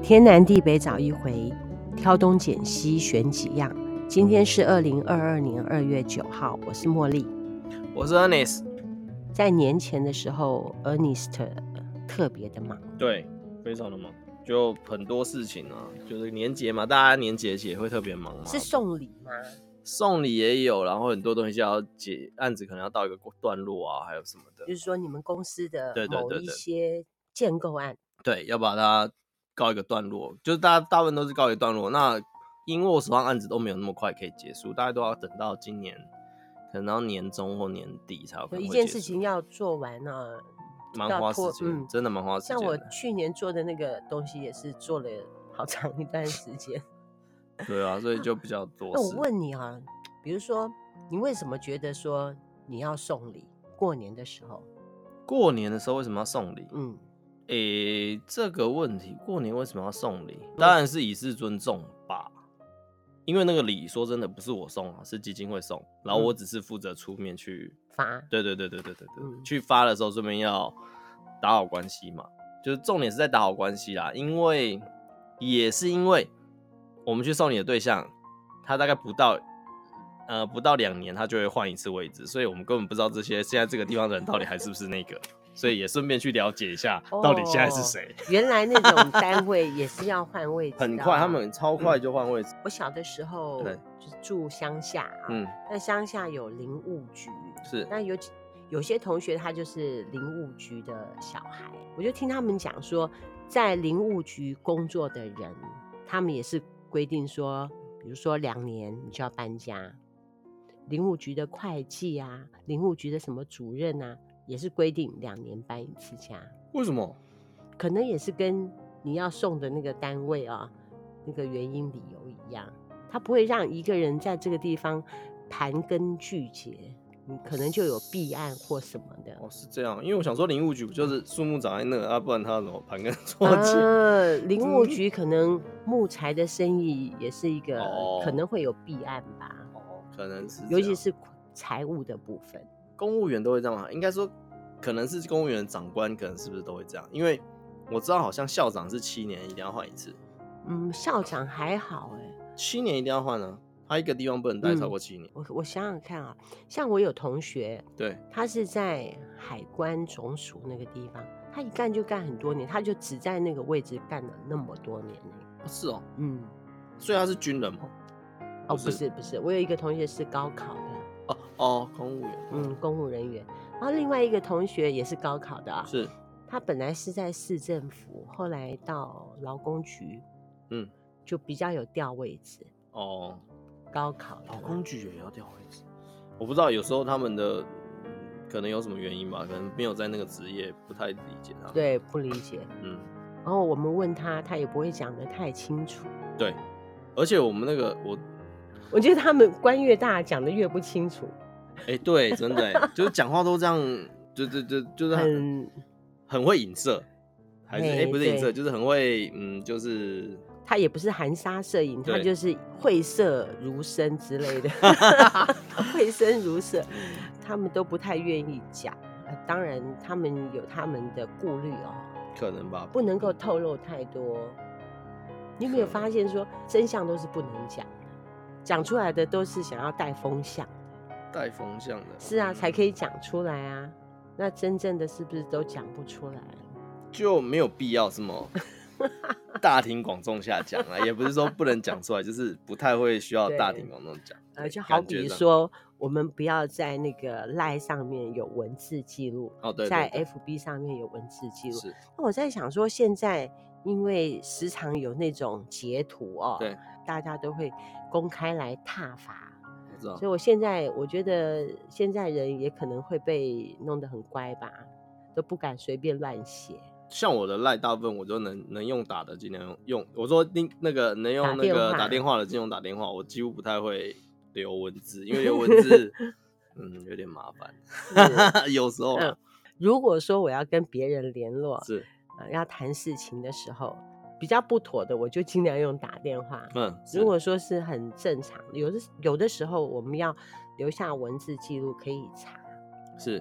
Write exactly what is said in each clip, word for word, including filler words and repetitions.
天南地北找一回，挑东拣西选几样。今天是二零二二年二月九号，我是茉莉， 我是 Ernest。 在年前的时候 ，Ernest 特别的忙， 对，非常的忙，就很多事情啊，就是年节嘛，大家年节也会特别忙嘛。 是送礼吗？ 送礼也有，然后很多东西要解，案子可能要到一个段落啊，还有什么的。 就是说你们公司的对对对对某一些建构案， 对，要把它告一个段落，就是大家大部分都是告一个段落。那因为我手上案子都没有那么快可以结束，大概都要等到今年，可能到年中或年底才有可能会结束。 一件事情要做完呢、啊， 蛮花时间、嗯，真的蛮花时间。 像我去年做的那个东西也是做了好长一段时间。 对啊，所以就比较多事。 那我问你啊，比如说你为什么觉得说你要送礼？过年的时候， 过年的时候为什么要送礼？ 嗯， 诶，这个问题，过年为什么要送礼？当然是以示尊重吧。因为那个礼，说真的不是我送啊，是基金会送，然后我只是负责出面去发。 对对对对对对对， 嗯、 去发的时候顺便要打好关系嘛，就是重点是在打好关系啦。因为也是因为我们去送礼的对象，他大概不到呃不到两年，他就会换一次位置，所以我们根本不知道这些现在这个地方的人到底还是不是那个。所以也顺便去了解一下，到底现在是谁、 哦。原来那种单位也是要换位置， 很快，他们超快就换位置、 嗯。我小的时候就是住乡下啊，嗯，那乡下有林务局， 是， 那有有些同学他就是林务局的小孩，我就听他们讲说，在林务局工作的人，他们也是规定说，比如说两年你就要搬家，林务局的会计啊，林务局的什么主任啊。也是规定两年搬一次家， 为什么？ 可能也是跟你要送的那个单位啊，那个原因理由一样，他不会让一个人在这个地方盘根聚节，你可能就有弊案或什么的。 哦，是这样，因为我想说林务局不就是树木长在那啊，不然他怎么盘根错节？ 呃，林务局可能木材的生意也是一个、哦、可能会有弊案吧？ 哦，可能是， 尤其是财务的部分。 公务员都会这样吗？应该说，可能是公务员的长官，可能是不是都会这样？因为我知道好像校长是七年一定要换一次。 嗯，校长还好哎、 欸，七年一定要换啊，他一个地方不能待超过七年。 嗯、我我想想看啊，像我有同学， 对， 他是在海关总署那个地方，他一干就干很多年，他就只在那个位置干了那么多年呢、 欸。是哦， 嗯， 所以他是军人吗？ 哦，不是不是，我有一个同学是高考的。 哦哦，公务员， 嗯，公务人员。然后另外一个同学也是高考的啊， 是， 他本来是在市政府，后来到劳工局， 嗯， 就比较有调位置。 哦， 高考劳工局也要调位置，我不知道，有时候他们的可能有什么原因吧，可能没有在那个职业，不太理解他。 对，不理解。 嗯， 然后我们问他，他也不会讲得太清楚。 对，而且我们那个我。 我觉得他们官越大，讲得越不清楚。 哎、欸，对，真的、欸，就是讲话都这样，就就就就是很很会影射，还是哎、欸、不是影射，就是很会，嗯，就是他也不是含沙射影，他就是晦涩如深之类的，讳深如色，他们都不太愿意讲。当然，他们有他们的顾虑哦， 可能吧， 不能够透露太多。你有没有发现说，真相都是不能讲？讲出来的都是想要带风向的， 带风向的， 是啊，才可以讲出来啊。那真正的是不是都讲不出来？ 就没有必要这么大庭广众下讲啊，也不是说不能讲出来，就是不太会需要大庭广众讲。 呃，就好比说，我们不要在那个 LINE 上面有文字记录， 哦，对， 在 F B 上面有文字记录。 是。 那我在想说，现在因为时常有那种截图哦， 对， 大家都会公开来挞伐， 我知道。 所以我现在我觉得现在人也可能会被弄得很乖吧，都不敢随便乱写。 像我的赖大部分我就能能用打的尽量用用，我说那个能用那个打电话的尽量打电话，我几乎不太会留文字，因为留文字嗯有点麻烦，有时候、啊嗯。 如果说我要跟别人联络， 是、 呃、要谈事情的时候。比较不妥的，我就尽量用打电话。 嗯， 如果说是很正常，有的有的时候我们要留下文字记录可以查。 是，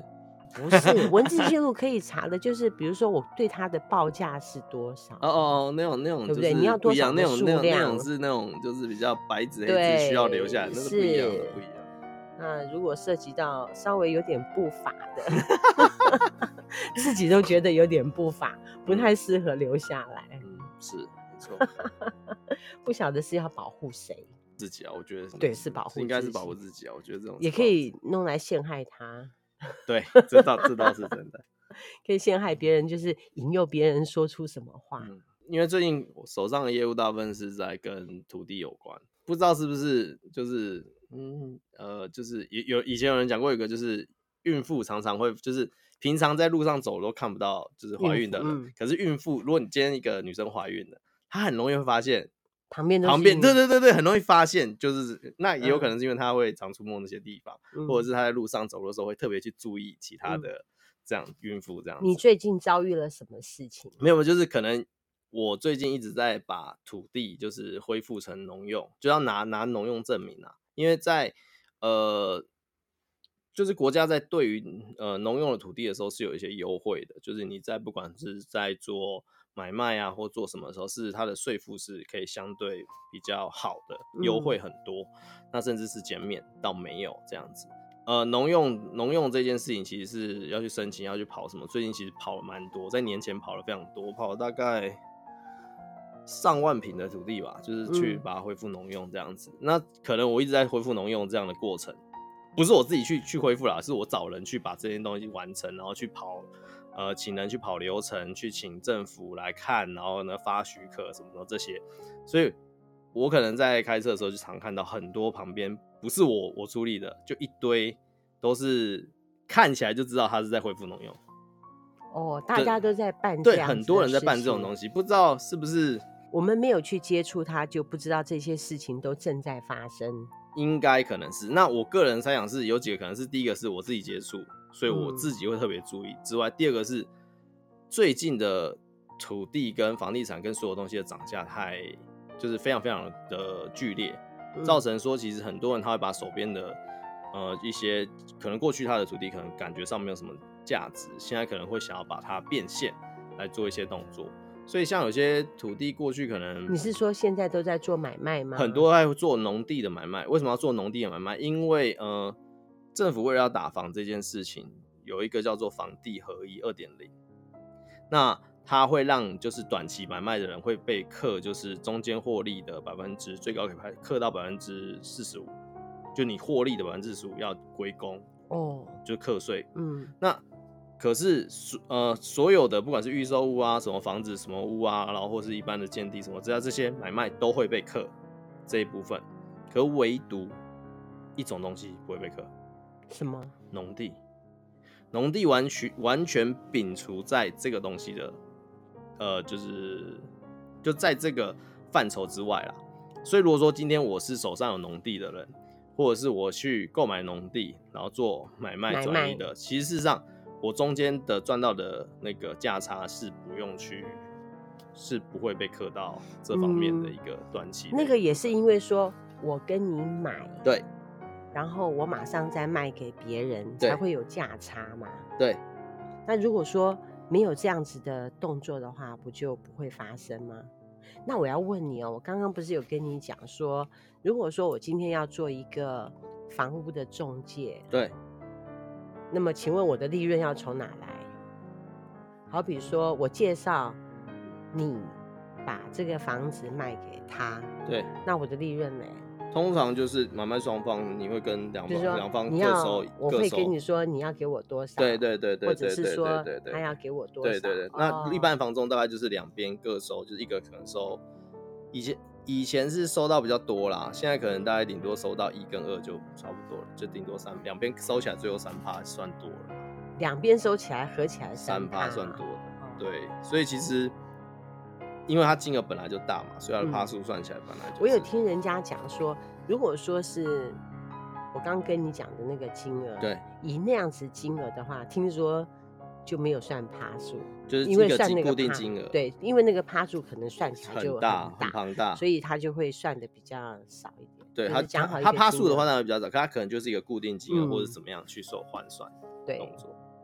不是文字记录可以查的，就是比如说我对它的报价是多少。 哦哦哦，那种那种对不对？ 就是你要多不一样， 少的数那种那种那量？ 种是那种就是比较白纸黑字需要留下来， 对， 那是不一样的， 是。 不一样。 那如果涉及到稍微有点不法的，自己都觉得有点不法，不太适合留下来。 嗯，是没错。 不晓得是要保护谁。 自己啊，我觉得对，是保护应该是自己保护自己啊，我觉得这种也可以弄来陷害他。 对，这倒这倒是真的。 可以陷害别人，就是引诱别人说出什么话。 嗯，因为最近我手上的业务大部分是在跟土地有关，不知道是不是就是嗯呃，就是有以前有人讲过一个，就是孕妇常常会就是平常在路上走都看不到就是怀孕的人， 嗯、 可是孕妇如果你今天一个女生怀孕了，她很容易会发现旁边旁边对对对对，很容易发现，就是那也有可能是因为她会常出没那些地方， 嗯、 或者是她在路上走的时候会特别去注意其他的。嗯这样孕妇这样子， 你最近遭遇了什么事情？ 没有，就是可能我最近一直在把土地就是恢复成农用，就要拿拿农用证明啊，因为在呃，就是国家在对于呃农用的土地的时候是有一些优惠的，就是你在不管是在做买卖啊或做什么的时候，是它的税负是可以相对比较好的，优惠很多，嗯、那甚至是减免到没有这样子。呃，农用农用这件事情其实是要去申请，要去跑什么？最近其实跑了蛮多，在年前跑了非常多，跑了大概上万坪的土地吧，就是去把它恢复农用这样子。嗯、那可能我一直在恢复农用这样的过程，不是我自己去去恢复啦，是我找人去把这些东西完成，然后去跑，呃，请人去跑流程，去请政府来看，然后呢发许可什么的这些，所以。我可能在开车的时候就常看到很多旁边不是我我处理的，就一堆都是看起来就知道他是在恢复农用。 哦，大家都在办这样子的事情，对，很多人在办这种东西，不知道是不是我们没有去接触他，就不知道这些事情都正在发生。 应该可能是。那我个人猜想是有几个可能是，第一个是我自己接触，所以我自己会特别注意、嗯、之外，第二个是最近的土地跟房地产跟所有东西的涨价太。就是非常非常的剧烈，造成说其实很多人他会把手边的呃一些可能过去他的土地可能感觉上没有什么价值，现在可能会想要把它变现来做一些动作。所以像有些土地过去可能你是说现在都在做买卖吗？ 很多在做农地的买卖。为什么要做农地的买卖？因为呃政府为了要打房这件事情，有一个叫做房地合一 二点零， 那它会让就是短期买卖的人会被课，就是中间获利的百分之最高可以课到百分之四十五，就你获利的百分之四十五要归公哦，就课税。嗯，那可是呃所有的不管是预售屋啊、什么房子、什么屋啊，然后或是一般的建地什么，只要这些买卖都会被课这一部分，可唯独一种东西不会被课， 什么？ 农地。农地完全完全摒除在这个东西的。呃，就是就在这个范畴之外啦。所以如果说今天我是手上有农地的人，或者是我去购买农地，然后做买卖转移的，其实事实上我中间的赚到的那个价差是不用去，是不会被课到这方面的一个短期的、嗯。 那个也是因为说我跟你买， 对， 然后我马上再卖给别人，才会有价差嘛。 对。 那如果说没有这样子的动作的话，不就不会发生吗？那我要问你哦，我刚刚不是有跟你讲说，如果说我今天要做一个房屋的中介， 对， 那么请问我的利润要从哪来？好比说我介绍你把这个房子卖给他， 对， 那我的利润呢？ 通常就是买卖双方，你会跟两方两方各收， 我会跟你说你要给我多少， 对对对对， 或者是说他要给我多少， 对对对。那一般房仲大概就是两边各收，就是一个可能收，以前以前是收到比较多啦，现在可能大概顶多收到一跟二就差不多了，就顶多三，两边收起来最后三趴算多了， 两边收起来合起来三趴算多的，对，所以其实。因为它金额本来就大嘛，所以它的趴数算起来本来就、嗯。 我有听人家讲说，如果说是我刚跟你讲的那个金额， 对， 以那样子金额的话，听说就没有算趴数， 就是因为算那个固定金额， 对，因为那个趴数可能算起来就很大很庞大， 所以它就会算的比较少一点。 对，它讲好它趴数的话当然比较少，可它可能就是一个固定金额、嗯、或者怎么样去收换算动作。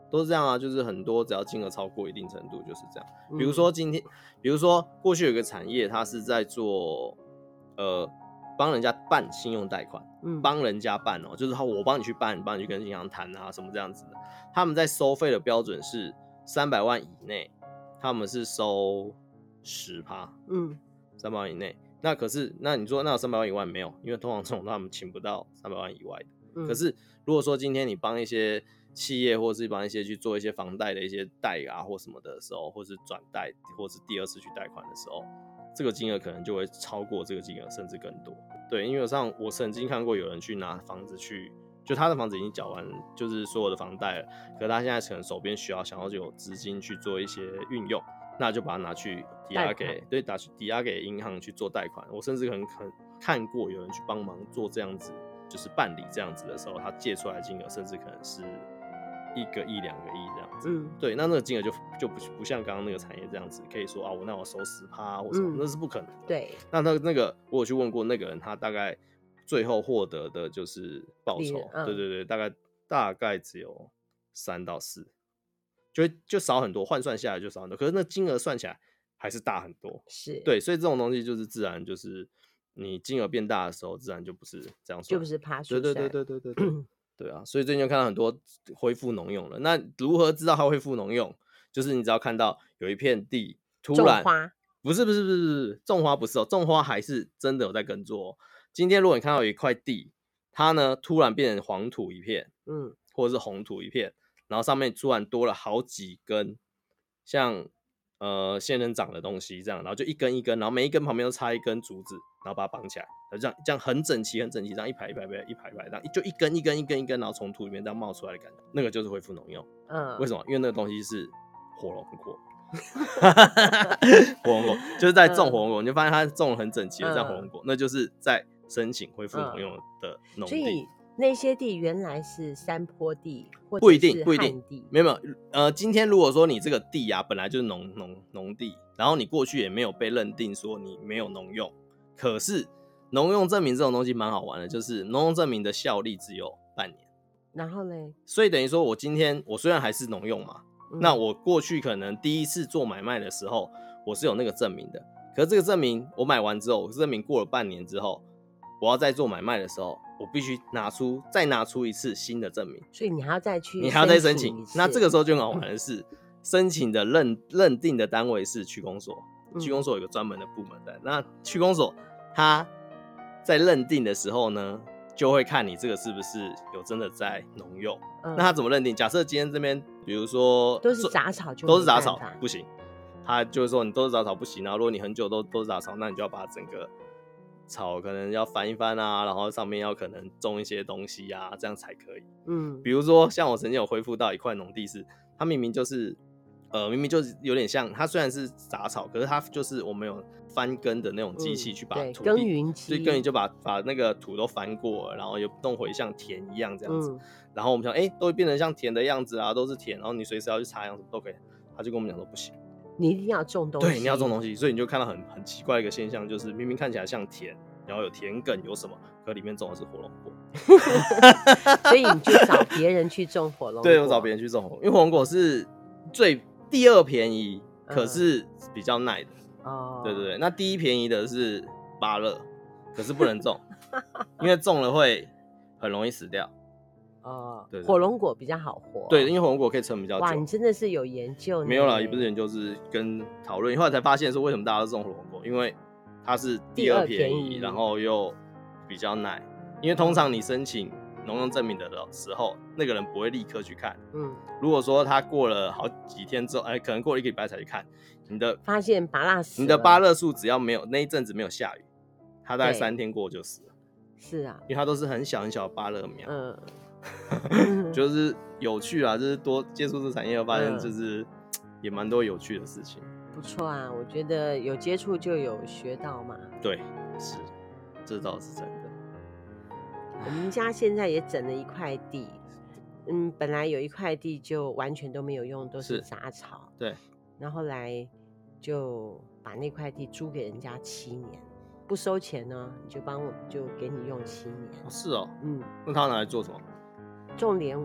都是这样啊，就是很多只要金额超过一定程度就是这样。比如说今天，比如说过去有一个产业，它是在做呃帮人家办信用贷款，帮、嗯、人家办哦，就是我帮你去办，帮你去跟银行谈啊什么这样子的。他们在收费的标准是三百万以内，他们是收十趴，嗯，三百万以内。那可是那你说那有三百万以外没有？因为通常这种他们请不到三百万以外的。嗯、可是如果说今天你帮一些企业或是帮一些去做一些房贷的一些贷啊或什么的时候，或是转贷或是第二次去贷款的时候，这个金额可能就会超过这个金额，甚至更多。对，因为像我曾经看过有人去拿房子去，就他的房子已经缴完，就是所有的房贷了，可是他现在可能手边需要想要就有资金去做一些运用，那就把它拿去抵押给对，打去抵押给银行去做贷款。我甚至可能看过有人去帮忙做这样子，就是办理这样子的时候，他借出来的金额甚至可能是一个亿、两个亿这样子。嗯，对，那那个金额就就 不, 不像刚刚那个产业这样子，可以说啊，我那我收十趴或什么、嗯，那是不可能的。 对， 那那那个我有去问过那个人，他大概最后获得的就是报酬，嗯、对对对，大概大概只有三到四，就就少很多，换算下来就少很多。可是那金额算起来还是大很多。 是， 对，所以这种东西就是自然就是你金额变大的时候，自然就不是这样算， 就不是趴数算。 对对对对对对对。对啊，所以最近就看到很多恢复农用了。那如何知道它恢复农用？就是你只要看到有一片地突然种花， 不是不是不是不是种花不是哦，种花还是真的有在耕作哦。今天如果你看到有一块地，它呢突然变成黄土一片，嗯，或者是红土一片，然后上面突然多了好几根像呃仙人掌的东西这样，然后就一根一根，然后每一根旁边都插一根竹子，然后把它绑起来，这样这样很整齐很整齐，这样一排一排一排一排一排，这样就一根一根一根一根，然后从土里面这样冒出来的感觉，那个就是恢复农用。嗯，为什么？因为那个东西是火龙果。火龙果就是在种火龙果，你就发现它种了很整齐的这样火龙果，那就是在申请恢复农用的农地。 所以那些地原来是山坡地，或不一定，不一定， 没有没有。呃，今天如果说你这个地啊本来就是农农农地，然后你过去也没有被认定说你没有农用，可是农用证明这种东西蛮好玩的，就是农用证明的效力只有半年。 然后呢？ 所以等于说我今天我虽然还是农用嘛。嗯、那我过去可能第一次做买卖的时候，我是有那个证明的。可是这个证明我买完之后，证明过了半年之后，我要再做买卖的时候，我必须拿出再拿出一次新的证明。 所以你还要再去， 你还要再申请。那这个时候就很好玩的是，申请的认认定的单位是区公所，区公所有个专门的部门的。嗯、那区公所他在认定的时候呢，就会看你这个是不是有真的在农用。嗯、那他怎么认定？假设今天这边，比如说都是杂草就， 都是杂草不行，他就是说你都是杂草不行。然后如果你很久都都是杂草，那你就要把整个草可能要翻一翻啊，然后上面要可能种一些东西啊，这样才可以。嗯，比如说像我曾经有恢复到一块农地是，它明明就是呃明明就是有点像，它虽然是杂草，可是它就是我们有翻耕的那种机器去把土地， 耕耘机， 所以耕耘就把把那个土都翻过了，然后又弄回像田一样这样子。嗯、然后我们想，哎、欸，都会变成像田的样子啊，都是田，然后你随时要去插秧什么都可以。他就跟我们讲说不行， 你一定要种东西。 对，你要种东西，所以你就看到很很奇怪的一个现象，就是明明看起来像田，然后有田埂有什么，可里面种的是火龙果。 所以你就找别人去种火龙果。 对，我找别人去种火龙果，因为火龙果是最第二便宜，可是比较耐的。哦、嗯，对对对，那第一便宜的是芭乐，可是不能种，因为种了会很容易死掉。 哦，对对对，火龙果比较好活。 对，因为火龙果可以撑比较久。 哇，你真的是有研究呢。 没有啦，也不是研究，是跟讨论。后来才发现说，为什么大家都种火龙果，因为它是第二便宜，然后又比较耐。因为通常你申请农用证明的时候，那个人不会立刻去看。嗯，如果说他过了好几天之后，哎，可能过了一个礼拜才去看，你的发现芭乐死了， 你的芭乐树只要没有那一阵子没有下雨，它大概三天过就死了。 是啊， 因为它都是很小很小的芭乐苗。嗯，就是有趣啊，就是多接触这产业，发现就是也蛮多有趣的事情。 不错啊，我觉得有接触就有学到嘛。 对，是，这倒是真的。 我们家现在也整了一块地，嗯，本来有一块地就完全都没有用，都是杂草。 对， 然后后来就把那块地租给人家七年，不收钱呢，你就帮我就给你用七年。 哦，是哦，嗯，那他拿来做什么？ 种莲雾。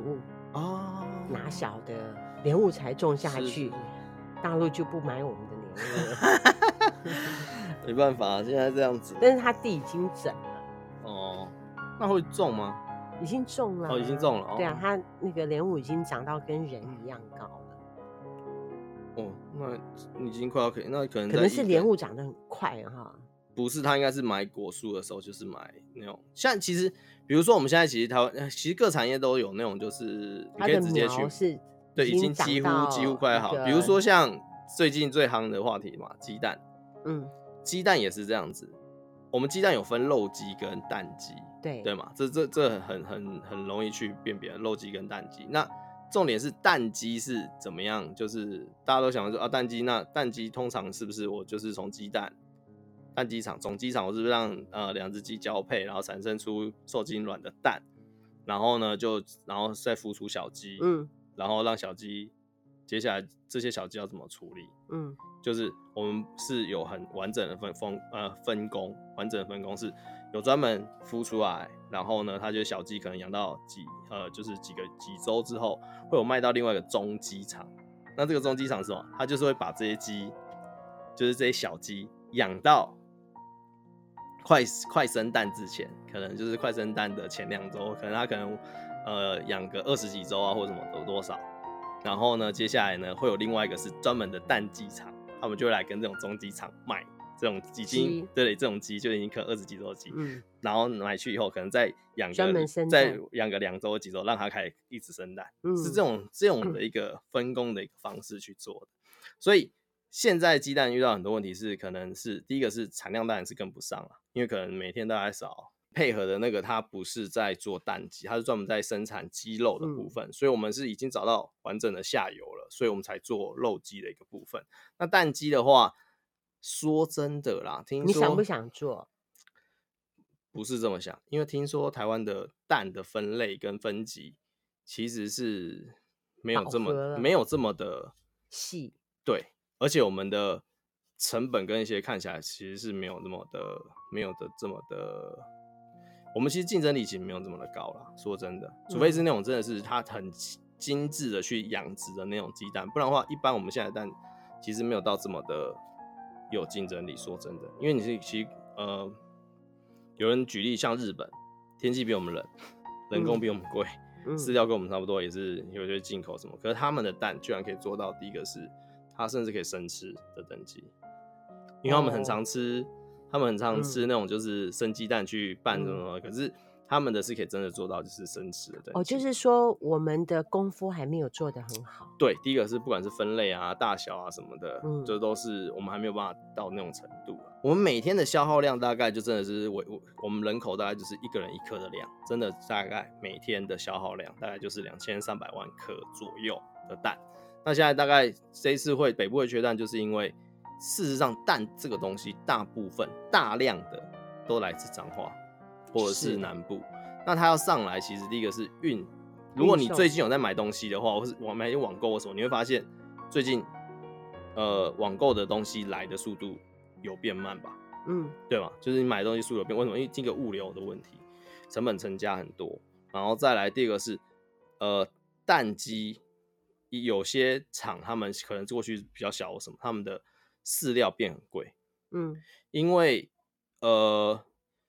哦， 拿小的莲雾材种下是是去， 是大陆就不买我们的莲雾了。 没办法，现在这样子。 但是它地已经整了， 哦，那会种吗？ 已经种了啊、 哦，已经种了。哦、 对啊，它那个莲雾已经长到跟人一样高了。 哦，那已经快要可以，那可能可能是莲在一个雾长得很快哈。 不是，他应该是买果树的时候就是买那种，像其实比如说我们现在其实台湾呃其实各产业都有那种，就是你可以它的直接去苗是对，已经长几乎几乎到一快好。比如个说像最近最夯的话题嘛，鸡蛋， 嗯， 鸡蛋也是这样子。我们鸡蛋有分肉鸡跟蛋鸡， 对对嘛？这这这很很很容易去辨别肉鸡跟蛋鸡。那重点是蛋鸡是怎么样？就是大家都想说啊，蛋鸡那蛋鸡通常是不是我就是从鸡蛋蛋鸡场种鸡场，我是不是让呃两只鸡交配，然后产生出受精卵的蛋，然后呢就然后再孵出小鸡， 嗯然后让小鸡接下来这些小鸡要怎么处理？ 嗯就是我们是有很完整的分分呃分工，完整的分工是有专门孵出来，然后呢，它就小鸡可能养到几呃就是几个几周之后，会有卖到另外一个中鸡场。那这个中鸡场是什么？它就是会把这些鸡，就是这些小鸡养到快快生蛋之前，可能就是快生蛋的前两周，可能它可能呃养个二十几周啊，或者什么多多少。然后呢，接下来呢会有另外一个是专门的蛋鸡场。他们就会来跟这种中鸡场卖这种已经对这种鸡就已经可能二十几周的鸡，嗯，然后买去以后可能再养个再养个两周几周，让它开始一直生蛋，嗯，是这种这种的一个分工的一个方式去做的。所以现在鸡蛋遇到很多问题是，可能是第一个是产量当然是跟不上了，因为可能每天都在少。配合的那个，它不是在做蛋鸡，它是专门在生产鸡肉的部分，嗯，所以我们是已经找到完整的下游了，所以我们才做肉鸡的一个部分。那蛋鸡的话，说真的啦，听说你想不想做？ 不是这么想，因为听说台湾的蛋的分类跟分级其实是没有这么没有这么的细， 对，而且我们的成本跟一些看起来其实是没有那么的没有的这么的。我们其实竞争力其实没有这么的高啦，说真的，除非是那种真的是它很精致的去养殖的那种鸡蛋，不然的话，一般我们现在的蛋其实没有到这么的有竞争力。说真的，因为你是其实呃，有人举例像日本，天气比我们冷，人工比我们贵，嗯，饲料跟我们差不多，也是有些进口什么，可是他们的蛋居然可以做到第一个是，它甚至可以生吃的等级，因为他们很常吃。哦他们很常吃那种就是生鸡蛋去拌什么，嗯，可是他们的是可以真的做到就是生吃的等级。 哦，就是说我们的功夫还没有做得很好。 对，第一个是不管是分类啊、大小啊什么的，嗯，就都是我们还没有办法到那种程度啊。我们每天的消耗量大概就真的是我我们人口大概就是一个人一克的量，真的大概每天的消耗量大概就是两千三百万克左右的蛋。那现在大概这一次会北部会缺蛋，就是因为。事实上，蛋这个东西大部分大量的都来自彰化或者是南部。那它要上来，其实第一个是运。如果你最近有在买东西的话，或是网买网购的时候，你会发现最近呃网购的东西来的速度有变慢吧？嗯，对吧？就是你买的东西速度有变，为什么？因为这个物流的问题，成本增加很多。然后再来第二个是呃蛋鸡，有些厂他们可能过去比较小什么，他们的饲料变很贵，嗯，因为呃，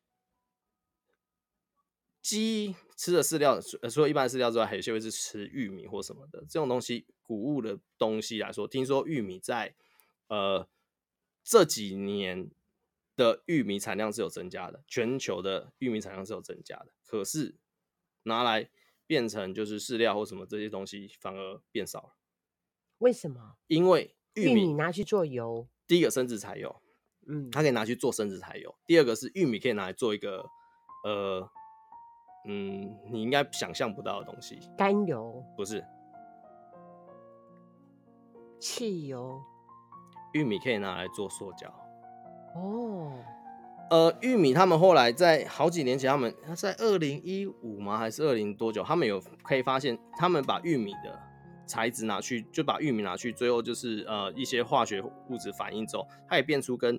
鸡吃的饲料，除了一般的饲料之外，还有些会是吃玉米或什么的。这种东西，谷物的东西来说，听说玉米在呃这几年的玉米产量是有增加的，全球的玉米产量是有增加的。可是拿来变成就是饲料或什么这些东西，反而变少了。 为什么？ 因为玉米, 玉米拿去做油， 第一个生质柴油，嗯，它可以拿去做生质柴油。第二个是玉米可以拿来做一个，呃，嗯，你应该想象不到的东西， 甘油不是， 汽油。 玉米可以拿来做塑胶。 哦， 呃，玉米他们后来在好几年前，他们在二零一五吗？还是二零多久？他们有可以发现，他们把玉米的材质拿去，就把玉米拿去，最后就是呃一些化学物质反应之后，它也变出跟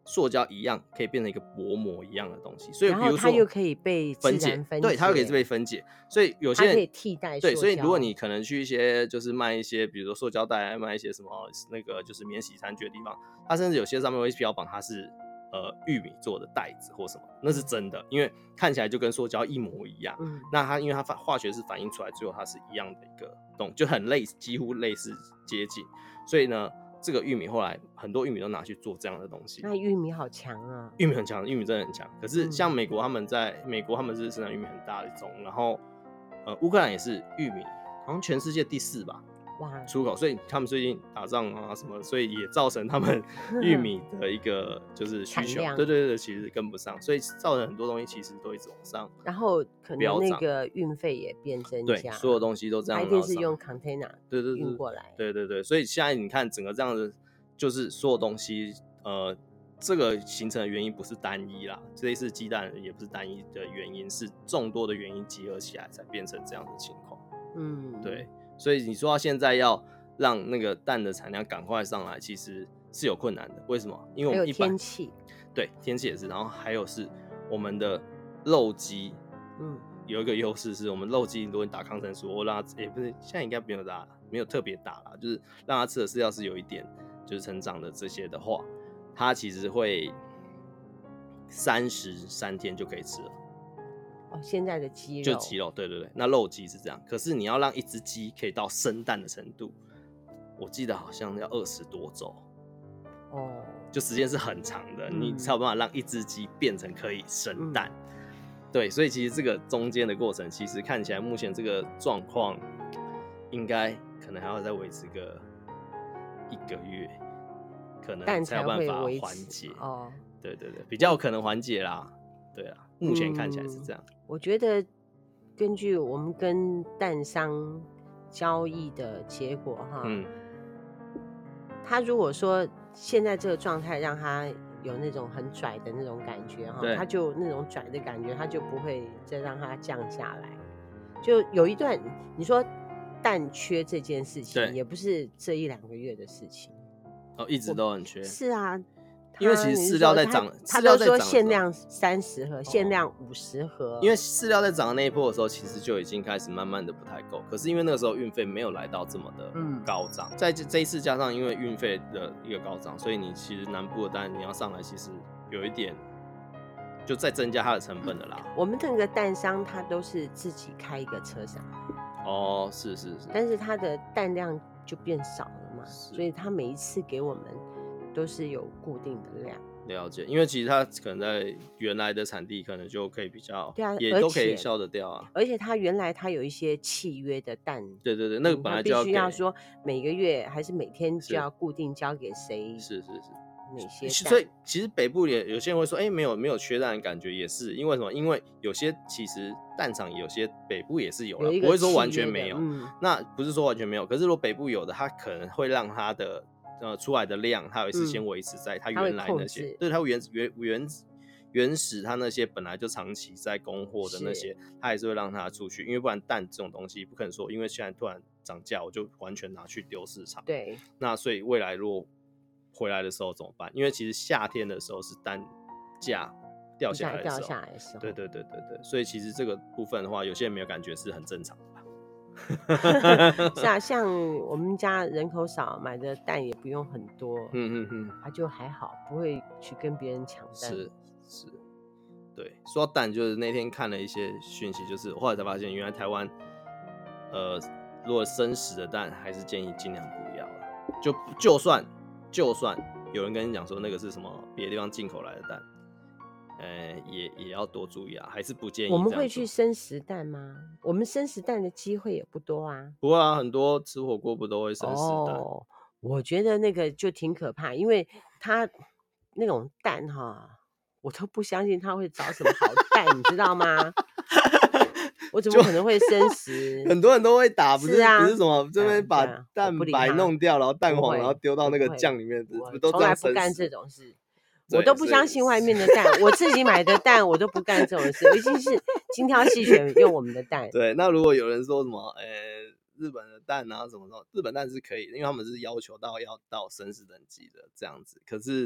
塑胶一样可以变成一个薄膜一样的东西，所以比然后如说它又可以被自分解， 然分对，它又可以解被分解，所以有些人它可以替代对， 塑所以如果胶你可能去一些就是卖一些，比如说塑胶袋，卖一些什么那个就是免洗餐具的地方，它甚至有些上面会标榜它是呃玉米做的袋子或什么，那是真的，因为看起来就跟塑胶一模一样。 嗯， 那它因为它化学式反应出来，最后它是一样的一个东，就很类似，几乎类似接近，所以呢。这个玉米后来很多玉米都拿去做这样的东西， 那玉米好强啊！ 玉米很强，玉米真的很强。可是像嗯美国，他们在美国他们是生产玉米很大的一种，然后呃乌克兰也是玉米，好像全世界第四吧哇， 出口，所以他们最近打仗啊什么，所以也造成他们玉米的一个就是需求， 产量对对对，其实跟不上，所以造成很多东西其实都一直往上， 然后可飙涨能那个运费也变增对， 加， 所有东西都这样它一往上， 定是用 container 对对对运过来， 对对对，所以现在你看整个这样子，就是所有东西，呃，这个形成的原因不是单一啦，这一次鸡蛋也不是单一的原因，是众多的原因集合起来才变成这样的情况。 嗯， 对，所以你说到现在要让那个蛋的产量赶快上来，其实是有困难的。为什么？因为我还有们一般天气， 对天气也是，然后还有是我们的肉鸡， 嗯， 有一个优势是我们肉鸡，如果你打抗生素，我让它也不是现在应该没有打，没有特别打啦，就是让它吃的饲料是有一点就是成长的这些的话，它其实会三十三天就可以吃了。 哦，现在的鸡肉就鸡肉，对对对，那肉鸡是这样。可是你要让一只鸡可以到生蛋的程度，我记得好像要二十多周， 哦， 就时间是很长的， 嗯你才有办法让一只鸡变成可以生蛋。 嗯对，所以其实这个中间的过程，其实看起来目前这个状况，应该可能还要再维持个一个月，可能蛋才有办法才会维缓持解。 哦。 对对对，比较有可能缓解啦。对啊，目前看起来是这样。 我觉得根据我们跟蛋商交易的结果哈， 嗯， 他如果说现在这个状态让他有那种很拽的那种感觉哈， 对他就那种拽的感觉，他就不会再让它降下来。就有一段你说蛋缺这件事情， 对也不是这一两个月的事情。 哦，一直都很缺。 是啊， 因为其实饲料在涨他饲料都说在涨的时候限量三十盒，限量五十盒。 因为饲料在涨的那一波的时候，其实就已经开始慢慢的不太够。可是因为那个时候运费没有来到这么的嗯高涨，在这这一次加上因为运费的一个高涨，所以你其实南部的蛋你要上来，其实有一点就再增加它的成本的啦。 我们那个蛋商他都是自己开一个车上来， 哦，是是是， 但是他的蛋量就变少了嘛， 是所以他每一次给我们都是有固定的量。 了解。因为其实它可能在原来的产地可能就可以比较， 对啊， 也都可以而且消得掉啊。 而且他原来他有一些契约的蛋， 对对对，那个嗯他必本来就要给， 须要说每个月还是每天是就要固定交给谁是是是。 哪些蛋， 所以其实北部也有些人会说，哎、欸，没有没有缺蛋的感觉，也是因为什么？因为有些其实蛋厂有些北部也是有了， 有一个不会说完契约的全没有。 嗯那不是说完全没有，可是如果北部有的，它可能会让它的呃出来的量，它有一次先维持在它它会原来那些， 控制对它原原原原始它那些本来就长期在供货的那些，它还是会让它出去，因为不然蛋这种东西不可能说，因为现在突然涨价，我就完全拿去丢市场。 对， 那所以未来如果回来的时候怎么办？因为其实夏天的时候是蛋价掉下来的时候， 掉下来的时候， 对对对对对，所以其实这个部分的话，有些人没有感觉是很正常的吧。 是啊，像我们家人口少，买的蛋也不用很多， 嗯嗯嗯， 啊就还好，不会去跟别人抢蛋。 是是，对。说到蛋，就是那天看了一些讯息，就是后来才发现，原来台湾，呃，如果生食的蛋，还是建议尽量不要了。就就算就算有人跟你讲说那个是什么别的地方进口来的蛋，呃，也也要多注意啊，还是不建议。 我们会去生食蛋吗？我们生食蛋的机会也不多啊。 不会啊，很多吃火锅不都会生食蛋？ 哦，我觉得那个就挺可怕，因为它那种蛋哈，我都不相信它会找什么好蛋，你知道吗？我怎么可能会生食？ 很多人都会打，不是是啊不是什么这边把对啊蛋我不理他白弄掉，然后蛋黄， 不会然后丢到那个不会酱里面， 我不都从来不这样生食干这种事。 对我都不相信外面的蛋，我自己买的蛋我都不干这种事，我一定是精挑细选用我们的蛋。 对，那如果有人说什么，呃、日本的蛋啊什么什么，日本蛋是可以的，因为他们是要求到要到生食等级的这样子。可是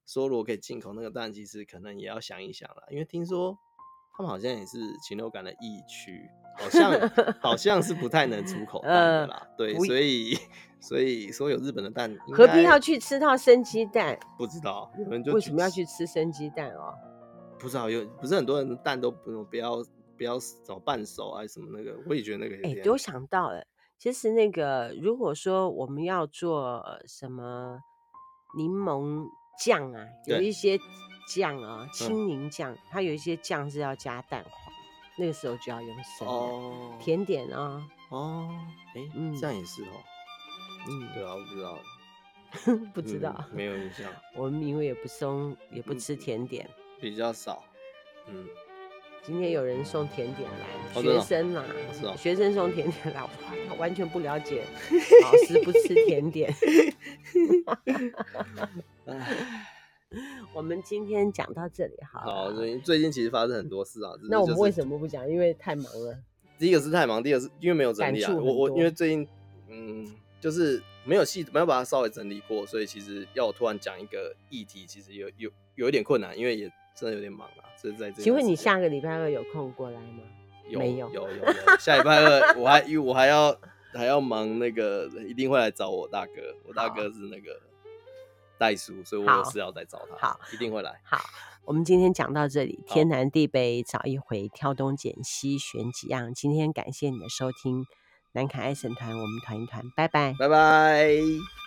说如果可以进口那个蛋，其实可能也要想一想啦，因为听说他们好像也是禽流感的疫区，好像好像是不太能出口蛋的啦。呃、对，所以所以所有日本的蛋何必要去吃到生鸡蛋？ 不知道有人就为什么要去吃生鸡蛋哦？ 不知道，有不是很多人的蛋都不不要不要怎么半熟啊什么那个，我也觉得那个有点。 哎、欸，我想到了，其实那个如果说我们要做什么柠檬酱啊，有一些酱啊，青柠酱，嗯、它有一些酱是要加蛋黄，那个时候就要用生的。哦，甜点啊， 哦，哎、欸，嗯，这样也是哦。嗯，对啊，我不知道。 不知道、 嗯，没有印象。 我们因为也不送，也不吃甜点， 嗯、比较少。嗯， 今天有人送甜点来， 哦、 学生啦， 是哦， 学生送甜点来，哇，他完全不了解老师不吃甜点。我们今天讲到这里好了。 好，最最近其实发生很多事啊。 那我们为什么不讲？因为太忙了。 第一个是太忙，第二个是因为没有整理啊。我我因为最近嗯，就是没有细没有把它稍微整理过，所以其实要我突然讲一个议题，其实有有有一点困难，因为也真的有点忙啊。所以在这， 请问你下个礼拜二有空过来吗？ 有没有有有有，下礼拜二我还因为我还要还要忙那个，一定会来找我大哥，我大哥是那个代书，所以我有事要再找他。好，一定会来。 好，我们今天讲到这里，天南地北找一回，挑东拣西选几样。今天感谢你的收听，南凯爱神团，我们团一团，拜拜， 拜拜。